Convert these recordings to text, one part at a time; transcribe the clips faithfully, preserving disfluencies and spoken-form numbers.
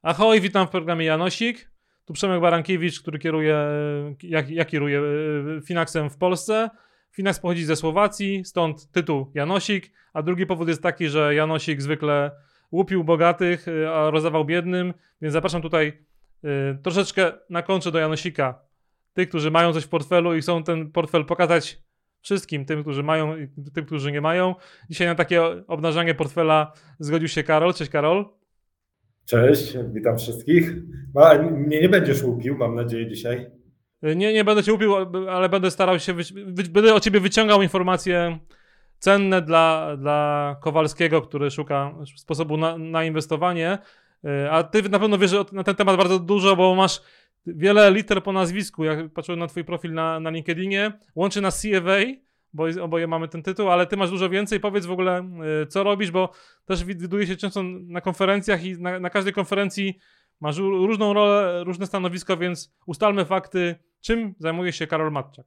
Ahoj, witam w programie Janosik. Tu Przemek Barankiewicz, który kieruje, jak, ja kieruję Finaxem w Polsce. Finax pochodzi ze Słowacji, stąd tytuł Janosik, a drugi powód jest taki, że Janosik zwykle łupił bogatych, a rozdawał biednym, więc zapraszam tutaj y, troszeczkę na kontrze do Janosika tych, którzy mają coś w portfelu i chcą ten portfel pokazać wszystkim, tym, którzy mają i tym, którzy nie mają. Dzisiaj na takie obnażanie portfela zgodził się Karol. Cześć Karol. Cześć, witam wszystkich. A, mnie nie będziesz łupił, mam nadzieję, dzisiaj. Nie, nie będę cię upił, ale będę starał się, wy, wy, będę o ciebie wyciągał informacje cenne dla, dla Kowalskiego, który szuka sposobu na, na inwestowanie. A ty na pewno wiesz na ten temat bardzo dużo, bo masz wiele liter po nazwisku. Jak patrzyłem na twój profil na, na LinkedInie, łączy nas C F A, bo oboje mamy ten tytuł, ale ty masz dużo więcej. Powiedz w ogóle, co robisz, bo też widuję się często na konferencjach i na, na każdej konferencji masz różną rolę, różne stanowisko, więc ustalmy fakty. Czym zajmuje się Karol Matczak?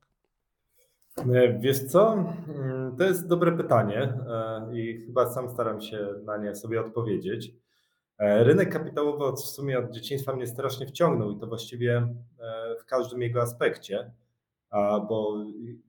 Wiesz co, to jest dobre pytanie i chyba sam staram się na nie sobie odpowiedzieć. Rynek kapitałowy w sumie od dzieciństwa mnie strasznie wciągnął i to właściwie w każdym jego aspekcie, bo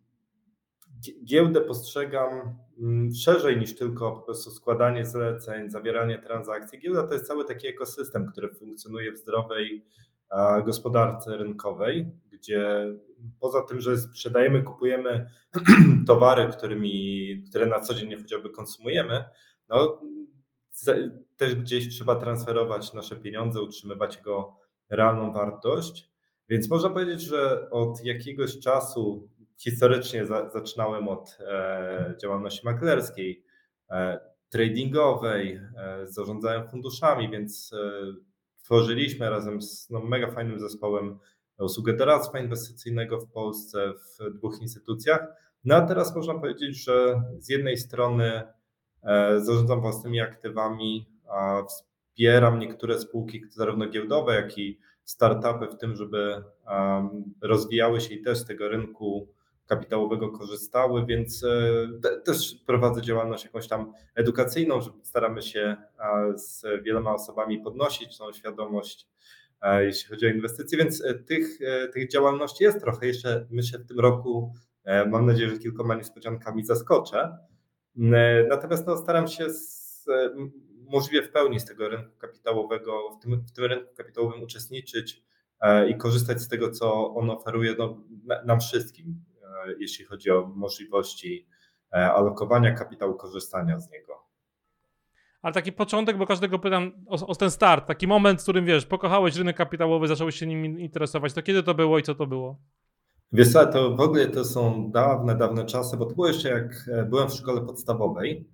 giełdę postrzegam szerzej niż tylko po prostu składanie zleceń, zawieranie transakcji. Giełda to jest cały taki ekosystem, który funkcjonuje w zdrowej gospodarce rynkowej, gdzie poza tym, że sprzedajemy, kupujemy towary, którymi, które na co dzień chociażby konsumujemy, no też gdzieś trzeba transferować nasze pieniądze, utrzymywać jego realną wartość. Więc można powiedzieć, że od jakiegoś czasu historycznie za, zaczynałem od e, działalności maklerskiej, e, tradingowej, e, zarządzałem funduszami, więc e, tworzyliśmy razem z no, mega fajnym zespołem usługę doradztwa inwestycyjnego w Polsce w dwóch instytucjach. No a teraz można powiedzieć, że z jednej strony e, zarządzam własnymi aktywami, a wspieram niektóre spółki zarówno giełdowe, jak i startupy w tym, żeby um, rozwijały się i też z tego rynku kapitałowego korzystały, więc te, też prowadzę działalność jakąś tam edukacyjną, że staramy się z wieloma osobami podnosić tą świadomość, jeśli chodzi o inwestycje, więc tych, tych działalności jest trochę. Jeszcze myślę w tym roku, mam nadzieję, że kilkoma niespodziankami zaskoczę. Natomiast no, staram się z, możliwie w pełni z tego rynku kapitałowego, w tym, w tym rynku kapitałowym uczestniczyć i korzystać z tego, co on oferuje no, nam wszystkim, jeśli chodzi o możliwości alokowania kapitału, korzystania z niego. Ale taki początek, bo każdego pytam o, o ten start, taki moment, w którym wiesz, pokochałeś rynek kapitałowy, zacząłeś się nim interesować, to kiedy to było i co to było? Wiesz co, to w ogóle to są dawne, dawne czasy, bo to było jeszcze jak byłem w szkole podstawowej.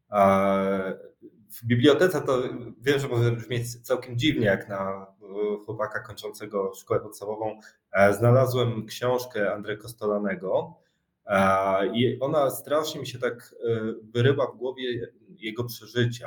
W bibliotece to wiem, że może brzmieć całkiem dziwnie, jak na chłopaka kończącego szkołę podstawową. Znalazłem książkę Andrzeja Kostolanego i ona strasznie mi się tak wyrywa w głowie jego przeżycia,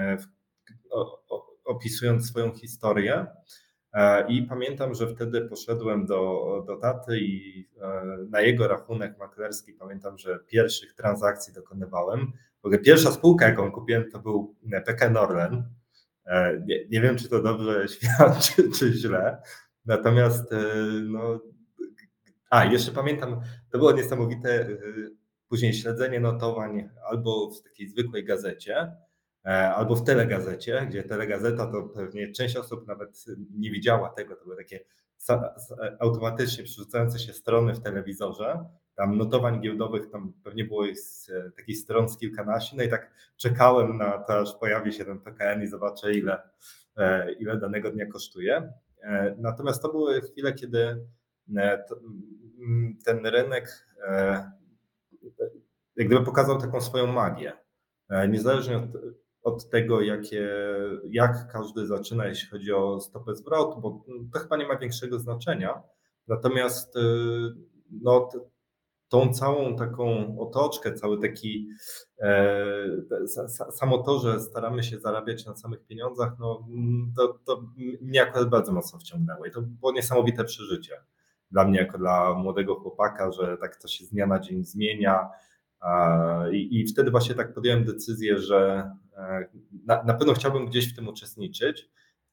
opisując swoją historię. I pamiętam, że wtedy poszedłem do, do taty i na jego rachunek maklerski pamiętam, że pierwszych transakcji dokonywałem. W ogóle pierwsza spółka, jaką kupiłem, to był P K N Orlen. Nie, nie wiem, czy to dobrze świadczy, czy źle. Natomiast no, a jeszcze pamiętam, to było niesamowite później śledzenie notowań albo w takiej zwykłej gazecie, albo w telegazecie, gdzie telegazeta to pewnie część osób nawet nie widziała tego, to były takie automatycznie przerzucające się strony w telewizorze, tam notowań giełdowych, tam pewnie było z takich stron z kilkanaście, no i tak czekałem na to, aż pojawi się ten P K N i zobaczę ile, ile danego dnia kosztuje. Natomiast to były chwile, kiedy ten rynek jak gdyby pokazał taką swoją magię. Niezależnie od od tego, jakie, jak każdy zaczyna, jeśli chodzi o stopę zwrotu, bo to chyba nie ma większego znaczenia. Natomiast no, tą całą taką otoczkę, cały taki e, samo to, że staramy się zarabiać na samych pieniądzach, no, to, to mnie akurat bardzo mocno wciągnęło i to było niesamowite przeżycie dla mnie jako dla młodego chłopaka, że tak to się z dnia na dzień zmienia. I, I wtedy właśnie tak podjąłem decyzję, że na, na pewno chciałbym gdzieś w tym uczestniczyć.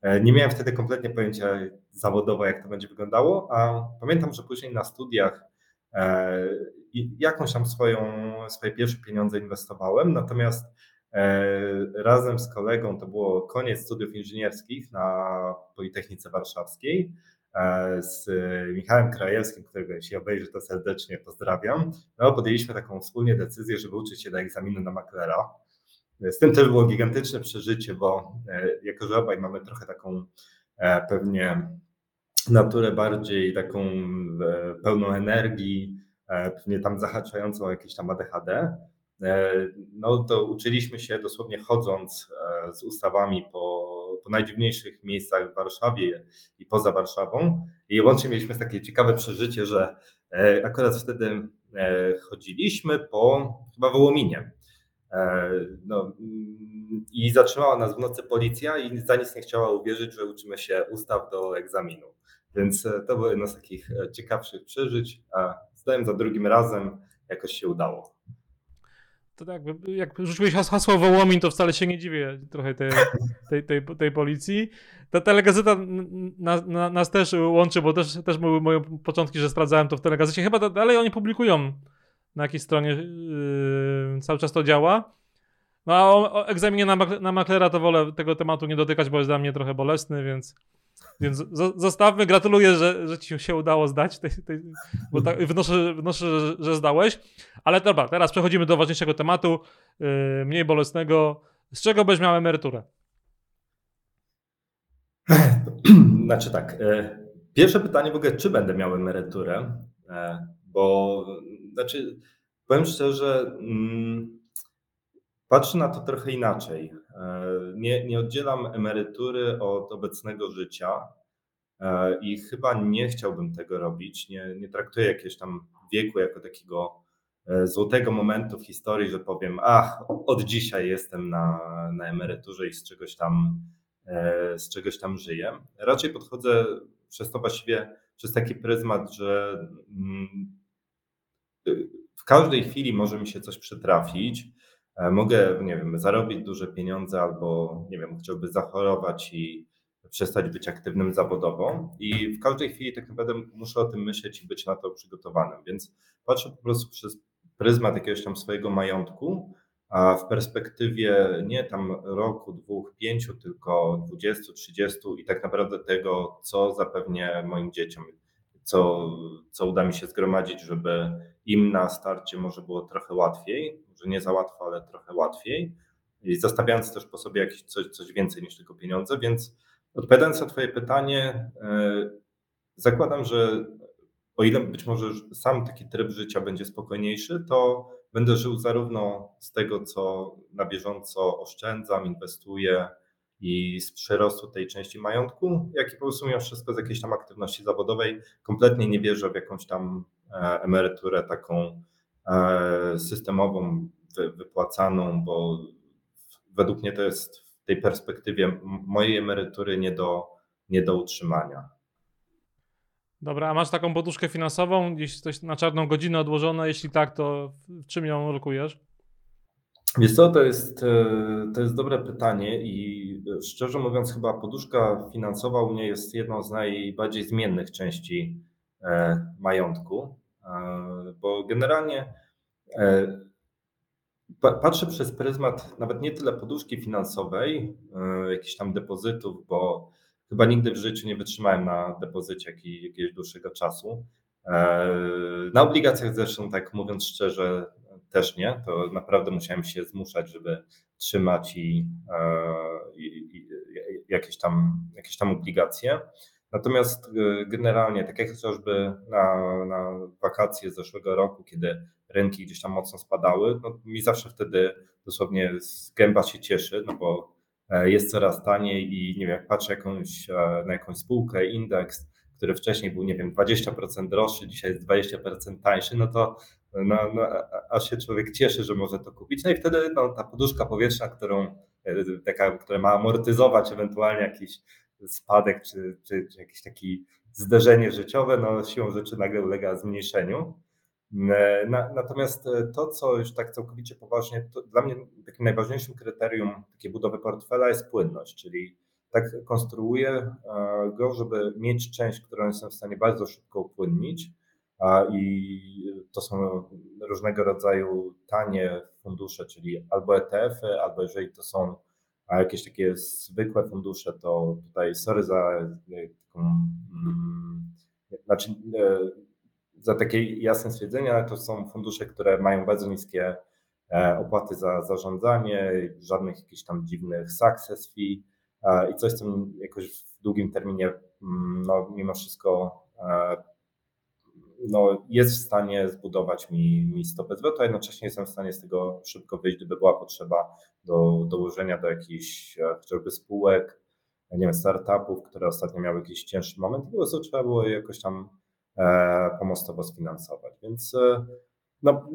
Nie miałem wtedy kompletnie pojęcia zawodowo, jak to będzie wyglądało, a pamiętam, że później na studiach jakąś tam swoją, swoje pierwsze pieniądze inwestowałem, natomiast razem z kolegą, to było koniec studiów inżynierskich na Politechnice Warszawskiej, z Michałem Krajewskim, którego jeśli obejrzy, to serdecznie pozdrawiam, no podjęliśmy taką wspólnie decyzję, żeby uczyć się do egzaminu na maklera. Z tym też było gigantyczne przeżycie, bo jako że obaj mamy trochę taką pewnie naturę bardziej taką pełną energii, pewnie tam zahaczającą o jakieś tam A D H D, no to uczyliśmy się dosłownie chodząc z ustawami po, po najdziwniejszych miejscach w Warszawie i poza Warszawą. I łącznie mieliśmy takie ciekawe przeżycie, że akurat wtedy chodziliśmy po chyba Wołominie. No, i zatrzymała nas w nocy policja i za nic nie chciała uwierzyć, że uczymy się ustaw do egzaminu. Więc to było jedno z takich ciekawszych przeżyć, a zdałem za drugim razem jakoś się udało. To tak, jak rzuciłeś hasło Wołomin, to wcale się nie dziwię trochę tej, tej, tej, tej policji. Ta telegazeta na, na, nas też łączy, bo też, też były moje początki, że sprawdzałem to w telegazecie. Chyba dalej oni publikują na jakiej stronie, yy, cały czas to działa. No a o, o egzaminie na, na maklera to wolę tego tematu nie dotykać, bo jest dla mnie trochę bolesny, więc, więc z, zostawmy. Gratuluję, że, że ci się udało zdać, tej, tej, bo tak, wnoszę, wnoszę że, że zdałeś. Ale dobra, teraz przechodzimy do ważniejszego tematu, yy, mniej bolesnego. Z czego byś miał emeryturę? Znaczy tak, pierwsze pytanie w ogóle, czy będę miał emeryturę, bo znaczy powiem szczerze, patrzę na to trochę inaczej. Nie, nie oddzielam emerytury od obecnego życia i chyba nie chciałbym tego robić. Nie, nie traktuję jakiegoś tam wieku jako takiego złotego momentu w historii, że powiem, ach, od dzisiaj jestem na, na emeryturze i z czegoś tam z czegoś tam żyję. Raczej podchodzę przez to właściwie przez taki pryzmat, że w każdej chwili może mi się coś przytrafić. Mogę, nie wiem, zarobić duże pieniądze albo, nie wiem, chciałby zachorować i przestać być aktywnym zawodowo i w każdej chwili tak naprawdę muszę o tym myśleć i być na to przygotowanym, więc patrzę po prostu przez pryzmat jakiegoś tam swojego majątku, a w perspektywie nie tam roku, dwóch, pięciu, tylko dwudziestu, trzydziestu i tak naprawdę tego, co zapewnię moim dzieciom, co, co uda mi się zgromadzić, żeby im na starcie może było trochę łatwiej, może nie za łatwo, ale trochę łatwiej i zostawiając też po sobie jakieś coś, coś więcej niż tylko pieniądze, więc odpowiadając na twoje pytanie, yy, zakładam, że o ile być może sam taki tryb życia będzie spokojniejszy, to będę żył zarówno z tego, co na bieżąco oszczędzam, inwestuję i z przyrostu tej części majątku, jak i po prostu mimo wszystko z jakiejś tam aktywności zawodowej. Kompletnie nie wierzę w jakąś tam emeryturę taką systemową, wypłacaną, bo według mnie to jest w tej perspektywie mojej emerytury nie do, nie do utrzymania. Dobra, a masz taką poduszkę finansową, gdzieś coś na czarną godzinę odłożone? Jeśli tak, to w czym ją lokujesz? Wiesz co, to jest, to jest dobre pytanie i szczerze mówiąc chyba poduszka finansowa u mnie jest jedną z najbardziej zmiennych części majątku, bo generalnie patrzę przez pryzmat nawet nie tyle poduszki finansowej, jakichś tam depozytów, bo chyba nigdy w życiu nie wytrzymałem na depozycie jakiegoś dłuższego czasu. Na obligacjach zresztą, tak mówiąc szczerze, też nie. To naprawdę musiałem się zmuszać, żeby trzymać i, i, i jakieś tam, jakieś tam obligacje. Natomiast generalnie, tak jak chociażby na, na wakacje z zeszłego roku, kiedy rynki gdzieś tam mocno spadały, no mi zawsze wtedy dosłownie gęba się cieszy, no bo jest coraz taniej i nie wiem, jak patrzę jakąś, na jakąś spółkę, indeks, który wcześniej był, nie wiem, dwadzieścia procent droższy, dzisiaj jest dwadzieścia procent tańszy, no to no, no, aż się człowiek cieszy, że może to kupić. No i wtedy no, ta poduszka powietrzna, którą, taka, która ma amortyzować ewentualnie jakiś spadek czy, czy, czy jakieś takie zderzenie życiowe, no siłą rzeczy nagle ulega zmniejszeniu. Na, natomiast to, co już tak całkowicie poważnie, to dla mnie takim najważniejszym kryterium takiej budowy portfela jest płynność, czyli tak konstruuję go, żeby mieć część, którą jestem w stanie bardzo szybko upłynnić, i to są różnego rodzaju tanie fundusze, czyli albo E T F-y, albo jeżeli to są jakieś takie zwykłe fundusze, to tutaj sorry za taką, znaczy za takie jasne stwierdzenie, ale to są fundusze, które mają bardzo niskie opłaty za zarządzanie, żadnych jakichś tam dziwnych success fee i coś, co jakoś w długim terminie, no mimo wszystko no, jest w stanie zbudować mi, mi stopę zwrotu, a jednocześnie jestem w stanie z tego szybko wyjść, gdyby była potrzeba do dołożenia do jakichś chociażby spółek, nie wiem, startupów, które ostatnio miały jakiś cięższy moment, po prostu trzeba było je jakoś tam e, pomostowo sfinansować. Więc e, no,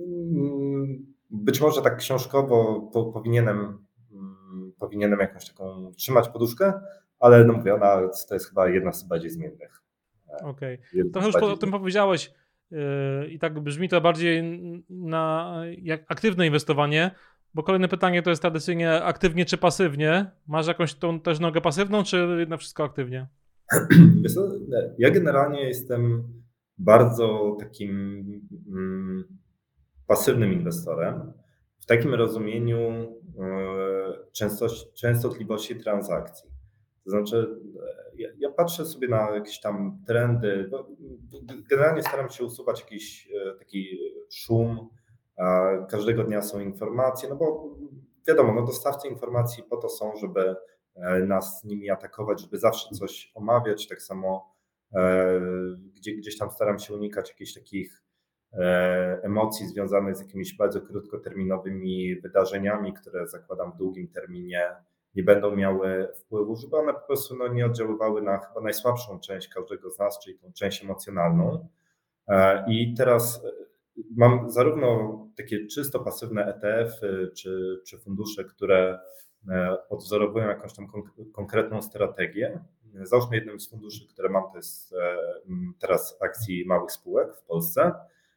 być może tak książkowo po, powinienem, powinienem jakąś taką trzymać poduszkę, ale no mówię, ona to jest chyba jedna z bardziej zmiennych. Okej, okay. Trochę już o tym powiedziałeś yy, i tak brzmi to bardziej na jak aktywne inwestowanie, bo kolejne pytanie to jest tradycyjnie aktywnie czy pasywnie? Masz jakąś tą też nogę pasywną, czy na wszystko aktywnie? Wiesz co, ja generalnie jestem bardzo takim mm, pasywnym inwestorem, w takim rozumieniu yy, częstości, częstotliwości transakcji. To znaczy, ja, ja patrzę sobie na jakieś tam trendy, bo generalnie staram się usuwać jakiś taki szum, każdego dnia są informacje, no bo wiadomo, no dostawcy informacji po to są, żeby nas nimi atakować, żeby zawsze coś omawiać, tak samo gdzie, gdzieś tam staram się unikać jakichś takich emocji związanych z jakimiś bardzo krótkoterminowymi wydarzeniami, które zakładam w długim terminie nie będą miały wpływu, żeby one po prostu no, nie oddziaływały na chyba najsłabszą część każdego z nas, czyli tą część emocjonalną. I teraz mam zarówno takie czysto pasywne E T F-y czy, czy fundusze, które odwzorowują jakąś tam konkretną strategię. Załóżmy, jednym z funduszy, które mam, to jest teraz akcji małych spółek w Polsce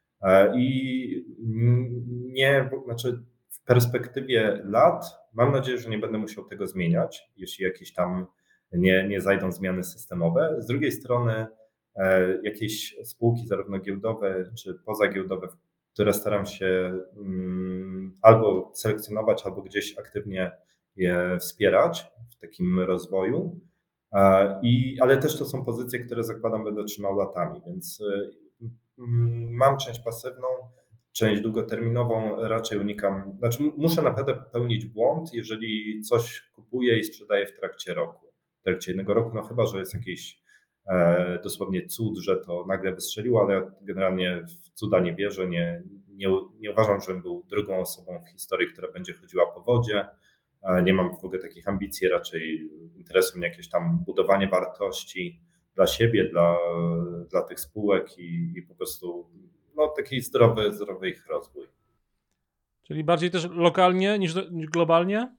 i nie, znaczy w perspektywie lat mam nadzieję, że nie będę musiał tego zmieniać, jeśli jakieś tam nie, nie zajdą zmiany systemowe. Z drugiej strony e, jakieś spółki zarówno giełdowe czy pozagiełdowe, które staram się mm, albo selekcjonować, albo gdzieś aktywnie je wspierać w takim rozwoju. E, i, ale też to są pozycje, które zakładam będę trzymał latami, więc e, mam część pasywną, część długoterminową raczej unikam, znaczy muszę naprawdę popełnić błąd, jeżeli coś kupuję i sprzedaję w trakcie roku, w trakcie jednego roku, no chyba, że jest jakiś e, dosłownie cud, że to nagle wystrzeliło, ale ja generalnie w cuda nie wierzę, nie, nie, nie uważam, żebym był drugą osobą w historii, która będzie chodziła po wodzie, e, nie mam w ogóle takich ambicji, raczej interesuje mnie jakieś tam budowanie wartości dla siebie, dla, dla tych spółek i, i po prostu no, taki zdrowy, zdrowy ich rozwój. Czyli bardziej też lokalnie niż, niż globalnie?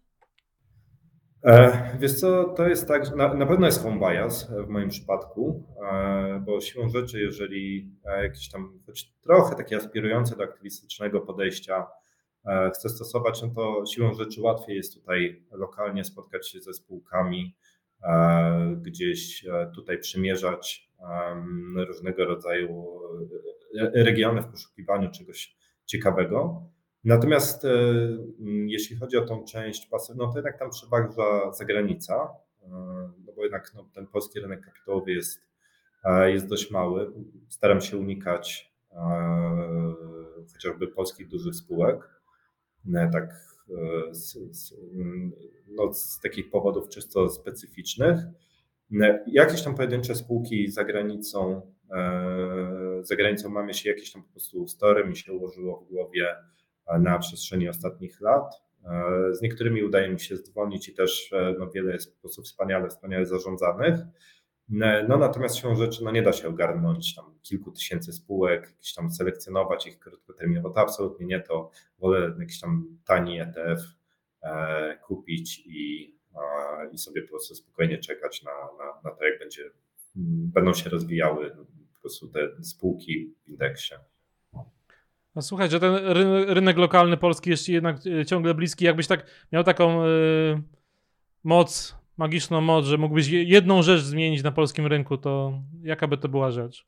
E, wiesz co, to jest tak, na, na pewno jest home bias w moim przypadku, e, bo siłą rzeczy, jeżeli jakieś tam choć trochę takie aspirujące do aktywistycznego podejścia e, chcę stosować, no to siłą rzeczy łatwiej jest tutaj lokalnie spotkać się ze spółkami, e, gdzieś tutaj przymierzać e, różnego rodzaju regiony w poszukiwaniu czegoś ciekawego. Natomiast e, jeśli chodzi o tą część pasywną, to jednak tam przeważa zagranica, e, no bo jednak no, ten polski rynek kapitałowy jest, e, jest dość mały. Staram się unikać e, chociażby polskich dużych spółek, e, tak e, z, z, no, z takich powodów czysto specyficznych. E, jakieś tam pojedyncze spółki za granicą, e, za granicą mamy się jakieś tam po prostu story, mi się ułożyło w głowie na przestrzeni ostatnich lat. Z niektórymi udaje mi się dzwonić i też no, wiele jest po prostu wspaniale, wspaniale zarządzanych. No natomiast siłą rzeczy no, nie da się ogarnąć tam kilku tysięcy spółek, jakieś tam selekcjonować ich krótkoterminowo. To absolutnie nie, to wolę jakiś tam tani E T F e, kupić i, e, i sobie po prostu spokojnie czekać na, na, na to, jak będzie, będą się rozwijały po prostu te spółki w indeksie. No słuchaj, że ten ry- rynek lokalny polski jest jednak ciągle bliski. Jakbyś tak miał taką y, moc magiczną moc, że mógłbyś jedną rzecz zmienić na polskim rynku, to jaka by to była rzecz?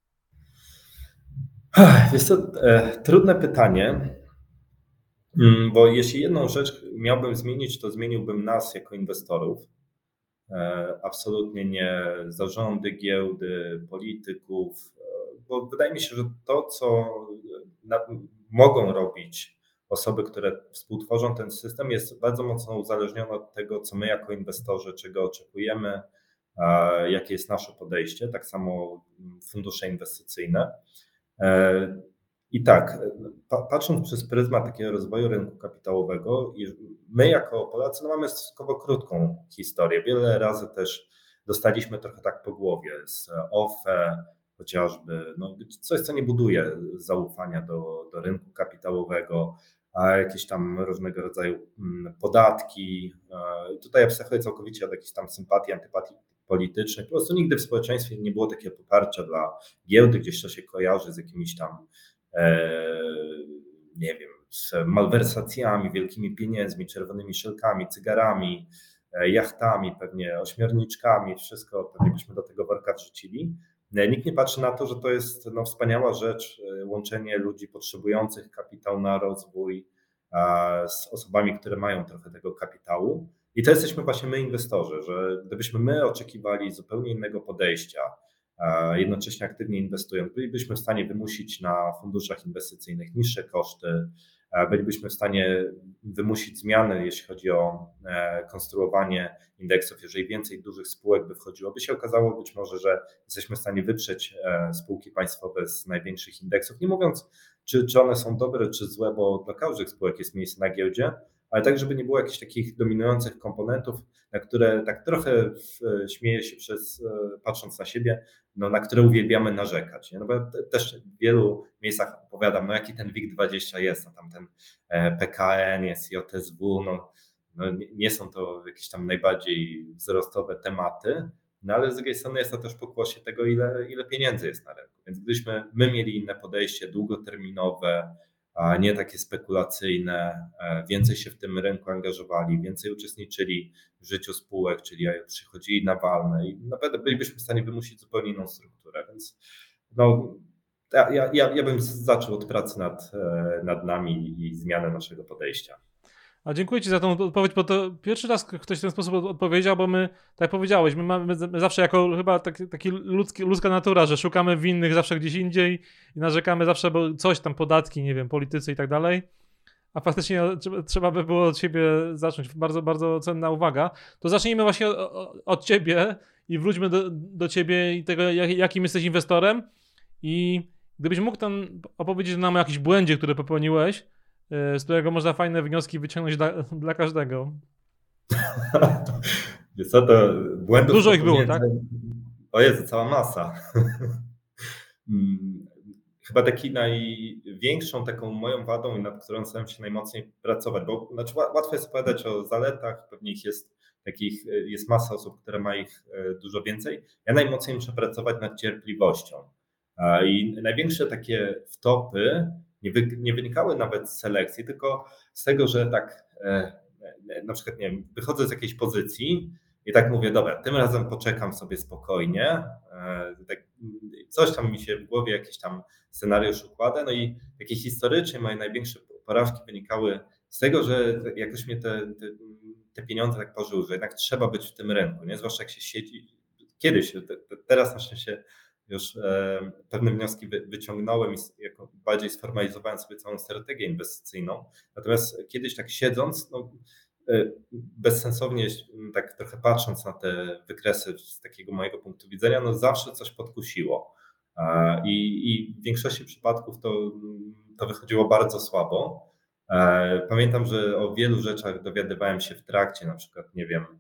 Jest to e, trudne pytanie, bo jeśli jedną rzecz miałbym zmienić, to zmieniłbym nas jako inwestorów. E, absolutnie nie zarządy, giełdy, polityków, e, bo wydaje mi się, że to, co na, mogą robić osoby, które współtworzą ten system, jest bardzo mocno uzależnione od tego, co my jako inwestorzy, czego oczekujemy, e, jakie jest nasze podejście, tak samo fundusze inwestycyjne. I tak, patrząc przez pryzmat takiego rozwoju rynku kapitałowego, my jako Polacy no mamy stosunkowo krótką historię. Wiele razy też dostaliśmy trochę tak po głowie z O F E chociażby, no coś, co nie buduje zaufania do, do rynku kapitałowego, a jakieś tam różnego rodzaju podatki. Tutaj abstrahuję całkowicie od jakichś tam sympatii, antypatii politycznych. Po prostu nigdy w społeczeństwie nie było takiego poparcia dla giełdy, gdzieś to się kojarzy z jakimiś tam, e, nie wiem, z malwersacjami, wielkimi pieniędzmi, czerwonymi szelkami, cygarami, e, jachtami, pewnie ośmiorniczkami, wszystko pewnie byśmy do tego worka wrzucili. Nikt nie patrzy na to, że to jest no, wspaniała rzecz, łączenie ludzi potrzebujących kapitał na rozwój a, z osobami, które mają trochę tego kapitału. I to jesteśmy właśnie my inwestorzy, że gdybyśmy my oczekiwali zupełnie innego podejścia, a jednocześnie aktywnie inwestując, bylibyśmy w stanie wymusić na funduszach inwestycyjnych niższe koszty, bylibyśmy w stanie wymusić zmiany, jeśli chodzi o konstruowanie indeksów, jeżeli więcej dużych spółek by wchodziło, by się okazało być może, że jesteśmy w stanie wyprzeć spółki państwowe z największych indeksów, nie mówiąc, czy, czy one są dobre, czy złe, bo dla każdych spółek jest miejsce na giełdzie, ale tak, żeby nie było jakichś takich dominujących komponentów, na które tak trochę śmieję się przez, patrząc na siebie, no, na które uwielbiamy narzekać. Nie? No bo ja też w wielu miejscach opowiadam, no jaki ten WIG dwadzieścia jest, no tam ten P K N jest, J S W, no, no nie są to jakieś tam najbardziej wzrostowe tematy, no ale z drugiej strony jest to też pokłosie tego, ile, ile pieniędzy jest na rynku. Więc gdybyśmy my mieli inne podejście, długoterminowe, a nie takie spekulacyjne, więcej się w tym rynku angażowali, więcej uczestniczyli w życiu spółek, czyli przychodzili na walne i naprawdę bylibyśmy w stanie wymusić zupełnie inną strukturę, więc no, ja, ja, ja bym zaczął od pracy nad, nad nami i zmiany naszego podejścia. A dziękuję Ci za tą odpowiedź, bo to pierwszy raz ktoś w ten sposób odpowiedział, bo my, tak jak powiedziałeś, my mamy my zawsze jako chyba taki, taki ludzki, ludzka natura, że szukamy winnych zawsze gdzieś indziej i narzekamy zawsze, bo coś tam, podatki, nie wiem, politycy i tak dalej, a faktycznie trzeba, trzeba by było od Ciebie zacząć. Bardzo, bardzo cenna uwaga. To zacznijmy właśnie od, od Ciebie i wróćmy do, do Ciebie i tego, jak, jakim jesteś inwestorem i gdybyś mógł tam opowiedzieć nam o jakimś błędzie, który popełniłeś, z którego można fajne wnioski wyciągnąć dla, dla każdego. Wiesz co, to błędów... Dużo ich było, tak? O Jezu, cała masa. Chyba taki największą taką moją wadą, nad którą staram się najmocniej pracować, bo znaczy łatwo jest opowiadać o zaletach, pewnie ich jest takich, jest masa osób, które ma ich dużo więcej. Ja najmocniej muszę pracować nad cierpliwością. I największe takie wtopy nie, wy, nie wynikały nawet z selekcji, tylko z tego, że tak e, na przykład nie wiem, wychodzę z jakiejś pozycji i tak mówię, dobra, tym razem poczekam sobie spokojnie, e, tak, coś tam mi się w głowie, jakiś tam scenariusz układa, no i takie historycznie moje największe porażki wynikały z tego, że jakoś mnie te, te, te pieniądze tak pożyły, że jednak trzeba być w tym rynku, nie? Zwłaszcza jak się siedzi, kiedyś, te, te, teraz na szczęście już e, pewne wnioski wy, wyciągnąłem i jako bardziej sformalizowałem sobie całą strategię inwestycyjną. Natomiast kiedyś tak siedząc, no, e, bezsensownie tak trochę patrząc na te wykresy z takiego mojego punktu widzenia, no zawsze coś podkusiło. E, i, I w większości przypadków to, to wychodziło bardzo słabo. E, pamiętam, że o wielu rzeczach dowiadywałem się w trakcie, na przykład, nie wiem,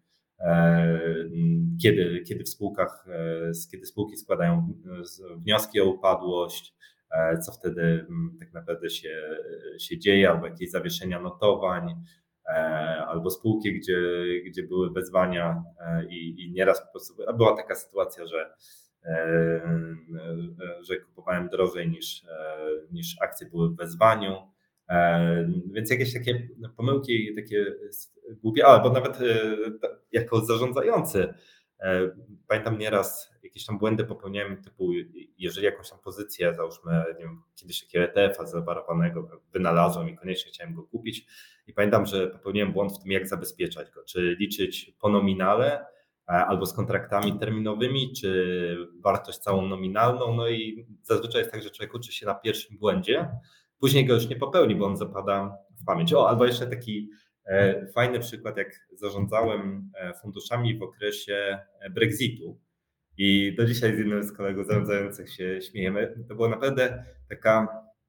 Kiedy, kiedy w spółkach, kiedy spółki składają wnioski o upadłość, co wtedy tak naprawdę się, się dzieje, albo jakieś zawieszenia notowań, albo spółki, gdzie, gdzie były wezwania i, i nieraz po prostu była taka sytuacja, że, że kupowałem drożej niż, niż akcje były w wezwaniu. Więc jakieś takie pomyłki, takie głupie, albo nawet jako zarządzający. Pamiętam nieraz jakieś tam błędy popełniałem, typu jeżeli jakąś tam pozycję, załóżmy, nie wiem, kiedyś takiego E T F-a zabarowanego wynalazłem i koniecznie chciałem go kupić i pamiętam, że popełniłem błąd w tym, jak zabezpieczać go, czy liczyć po nominale albo z kontraktami terminowymi, czy wartość całą nominalną, no i zazwyczaj jest tak, że człowiek uczy się na pierwszym błędzie, później go już nie popełni, bo on zapada w pamięć. O, albo jeszcze taki fajny przykład, jak zarządzałem funduszami w okresie Brexitu i do dzisiaj z jednym z kolegów zarządzających się śmiejemy. To była naprawdę taka,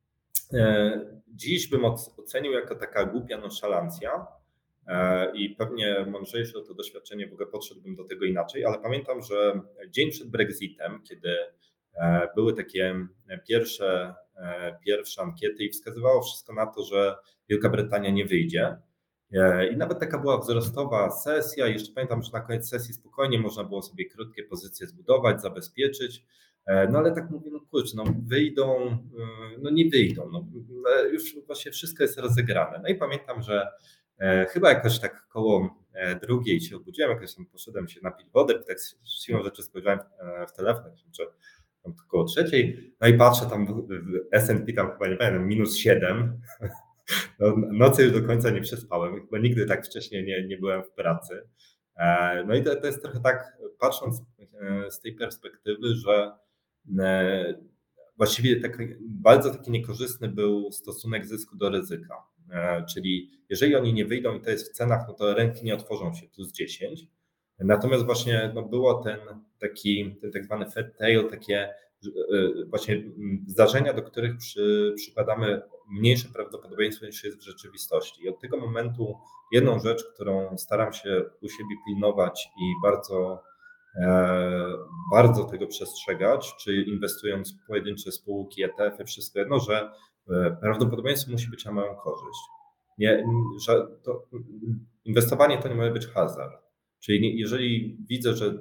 dziś bym ocenił jako taka głupia nonszalancja i pewnie mądrzejszy o to doświadczenie, w ogóle podszedłbym do tego inaczej, ale pamiętam, że dzień przed Brexitem, kiedy były takie pierwsze, pierwsze ankiety i wskazywało wszystko na to, że Wielka Brytania nie wyjdzie. I nawet taka była wzrostowa sesja. Jeszcze pamiętam, że na koniec sesji spokojnie można było sobie krótkie pozycje zbudować, zabezpieczyć. No ale tak mówię, no kurczę, no wyjdą, no nie wyjdą. No, już właśnie wszystko jest rozegrane. No i pamiętam, że chyba jakoś tak koło drugiej się obudziłem, jakoś tam poszedłem się napić wody, tak siłą rzeczy spojrzałem w telefon, czy tam koło trzeciej, no i patrzę tam w S and P tam chyba nie pamiętam, minus siedem. No, nocy już do końca nie przespałem, chyba nigdy tak wcześniej nie, nie byłem w pracy. No i to, to jest trochę tak, patrząc z tej perspektywy, że właściwie taki, bardzo taki niekorzystny był stosunek zysku do ryzyka. Czyli jeżeli oni nie wyjdą i to jest w cenach, no to ręki nie otworzą się plus dziesięć. Natomiast właśnie no było ten taki, ten tak zwany fat tail, takie właśnie zdarzenia, do których przy, przykładamy mniejsze prawdopodobieństwo niż jest w rzeczywistości. I od tego momentu jedną rzecz, którą staram się u siebie pilnować i bardzo, e, bardzo tego przestrzegać, czy inwestując w pojedyncze spółki, E T F-y, wszystko jedno, że prawdopodobieństwo musi być na moją korzyść. Nie, że to, inwestowanie to nie może być hazard. Czyli jeżeli widzę, że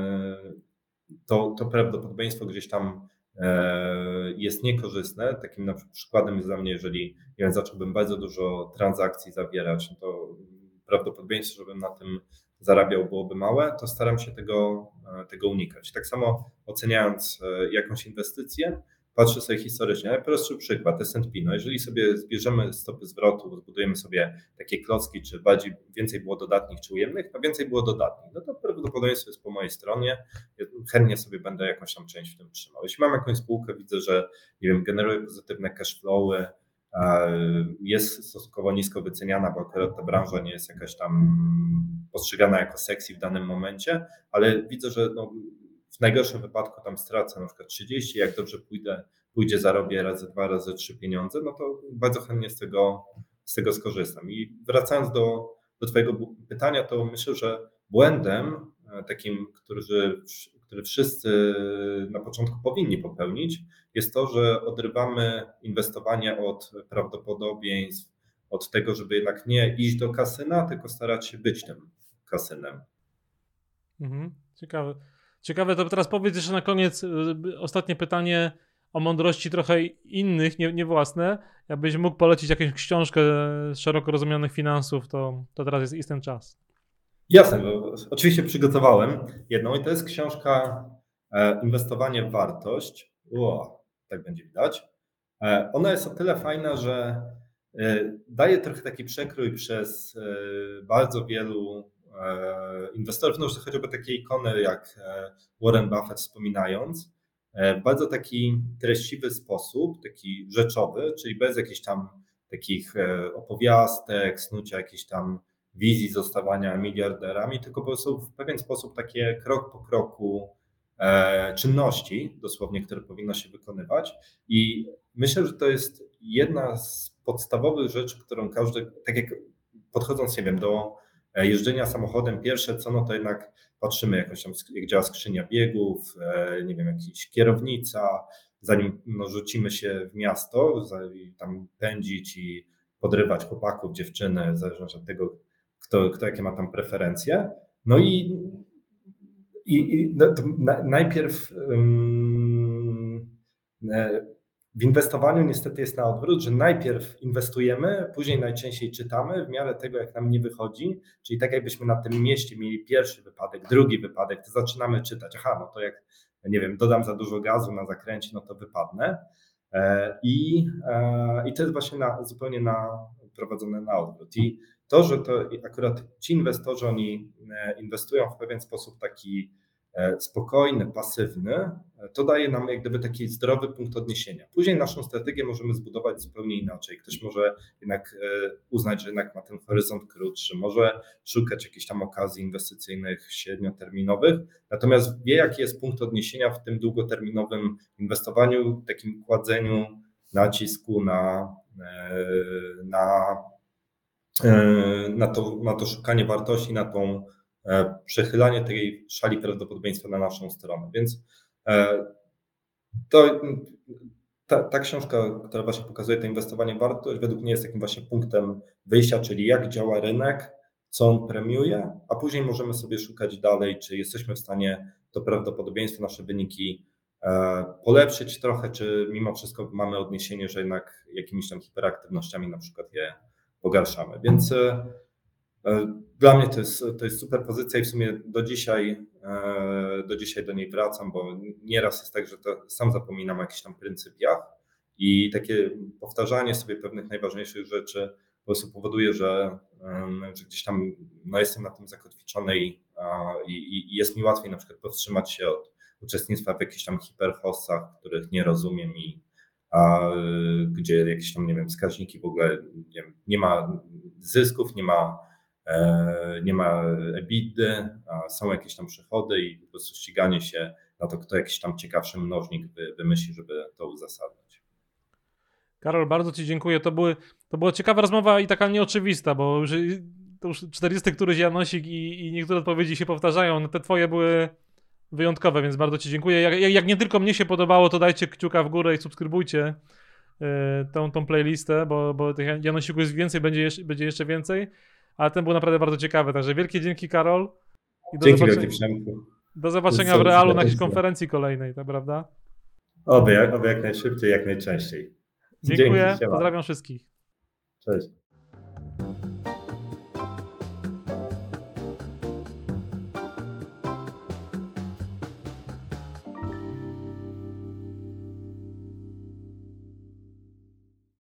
to, to prawdopodobieństwo gdzieś tam jest niekorzystne, takim na przykładem jest dla mnie, jeżeli nie wiem, zacząłbym bardzo dużo transakcji zawierać, no to prawdopodobieństwo, żebym na tym zarabiał, byłoby małe, to staram się tego, tego unikać. Tak samo oceniając jakąś inwestycję, patrzę sobie historycznie. Najprostszy przykład, S and P. No jeżeli sobie zbierzemy stopy zwrotu, zbudujemy sobie takie klocki, czy bardziej więcej było dodatnich, czy ujemnych, no więcej było dodatnych. No to prawdopodobieństwo jest po mojej stronie. Ja chętnie sobie będę jakąś tam część w tym trzymał. Jeśli mam jakąś spółkę, widzę, że nie wiem, generuje pozytywne cash flowy, jest stosunkowo nisko wyceniana, bo akurat ta branża nie jest jakaś tam postrzegana jako sexy w danym momencie, ale widzę, że no, w najgorszym wypadku tam stracę na przykład trzydzieści, jak dobrze pójdę, pójdzie, zarobię razy dwa, razy trzy pieniądze, no to bardzo chętnie z tego, z tego skorzystam. I wracając do, do Twojego pytania, to myślę, że błędem takim, który, który wszyscy na początku powinni popełnić, jest to, że odrywamy inwestowanie od prawdopodobieństw, od tego, żeby jednak nie iść do kasyna, tylko starać się być tym kasynem. Mhm, ciekawe. Ciekawe, to teraz powiedz jeszcze na koniec y, ostatnie pytanie o mądrości trochę innych, nie, nie własne. Jakbyś mógł polecić jakąś książkę z szeroko rozumianych finansów, to, to teraz jest, jest ten czas. Jasne, bo oczywiście przygotowałem jedną i to jest książka Inwestowanie w wartość. O, tak będzie widać. Ona jest o tyle fajna, że daje trochę taki przekrój przez bardzo wielu inwestorów, no już chociażby takie ikony jak Warren Buffett wspominając, w bardzo taki treściwy sposób, taki rzeczowy, czyli bez jakichś tam takich opowiastek, snucia jakichś tam wizji zostawania miliarderami, tylko po prostu w pewien sposób takie krok po kroku czynności, dosłownie, które powinno się wykonywać. I myślę, że to jest jedna z podstawowych rzeczy, którą każdy, tak jak podchodząc, nie wiem, do jeżdżenia samochodem, pierwsze co, no to jednak patrzymy jakoś tam, jak działa skrzynia biegów, nie wiem, jakiś kierownica, zanim no, rzucimy się w miasto, tam pędzić i podrywać chłopaków, dziewczyny, w zależności od tego, kto, kto jakie ma tam preferencje. No i, i, i no, najpierw um, W inwestowaniu niestety jest na odwrót, że najpierw inwestujemy, później najczęściej czytamy, w miarę tego jak nam nie wychodzi, czyli tak jakbyśmy na tym mieście mieli pierwszy wypadek, drugi wypadek, to zaczynamy czytać, aha, no to jak, nie wiem, dodam za dużo gazu na zakręcie, no to wypadnę. I, i to jest właśnie na, zupełnie na, prowadzone na odwrót. I to, że to akurat ci inwestorzy, oni inwestują w pewien sposób taki spokojny, pasywny, to daje nam jak gdyby taki zdrowy punkt odniesienia. Później naszą strategię możemy zbudować zupełnie inaczej. Ktoś może jednak uznać, że jednak ma ten horyzont krótszy, może szukać jakichś tam okazji inwestycyjnych średnioterminowych, natomiast wie, jaki jest punkt odniesienia w tym długoterminowym inwestowaniu, takim kładzeniu nacisku na, na, na, to, na to szukanie wartości, na tą przechylanie tej szali prawdopodobieństwa na naszą stronę. Więc to, ta, ta książka, która właśnie pokazuje to inwestowanie wartość, według mnie jest takim właśnie punktem wyjścia, czyli jak działa rynek, co on premiuje, a później możemy sobie szukać dalej, czy jesteśmy w stanie to prawdopodobieństwo, nasze wyniki polepszyć trochę, czy mimo wszystko mamy odniesienie, że jednak jakimiś tam hiperaktywnościami na przykład je pogarszamy. Więc dla mnie to jest, to jest super pozycja i w sumie do dzisiaj, do dzisiaj do niej wracam, bo nieraz jest tak, że to sam zapominam o jakichś tam pryncypiach i takie powtarzanie sobie pewnych najważniejszych rzeczy po prostu powoduje, że, że gdzieś tam no jestem na tym zakotwiczony i, i, i jest mi łatwiej na przykład powstrzymać się od uczestnictwa w jakichś tam hiperhossach, których nie rozumiem i a, gdzie jakieś tam, nie wiem, wskaźniki w ogóle, nie, wiem, nie ma zysków, nie ma nie ma EBITDA, są jakieś tam przychody i po prostu ściganie się na to, kto jakiś tam ciekawszy mnożnik wymyśli, żeby to uzasadniać. Karol, bardzo Ci dziękuję. To, były, to była ciekawa rozmowa i taka nieoczywista, bo już, to już czterdziesty któryś Janosik i, i niektóre odpowiedzi się powtarzają. No te Twoje były wyjątkowe, więc bardzo Ci dziękuję. Jak, jak nie tylko mnie się podobało, to dajcie kciuka w górę i subskrybujcie yy, tą, tą playlistę, bo, bo tych Janosików jest więcej, będzie jeszcze, będzie jeszcze więcej. Ale ten był naprawdę bardzo ciekawy, także wielkie dzięki, Karol. I do dzięki wielkie, Przemku. Do zobaczenia w realu na jakiejś konferencji kolejnej, tak prawda? Oby jak, oby jak najszybciej, jak najczęściej. Dziękuję, dzięki, pozdrawiam wszystkich. Cześć.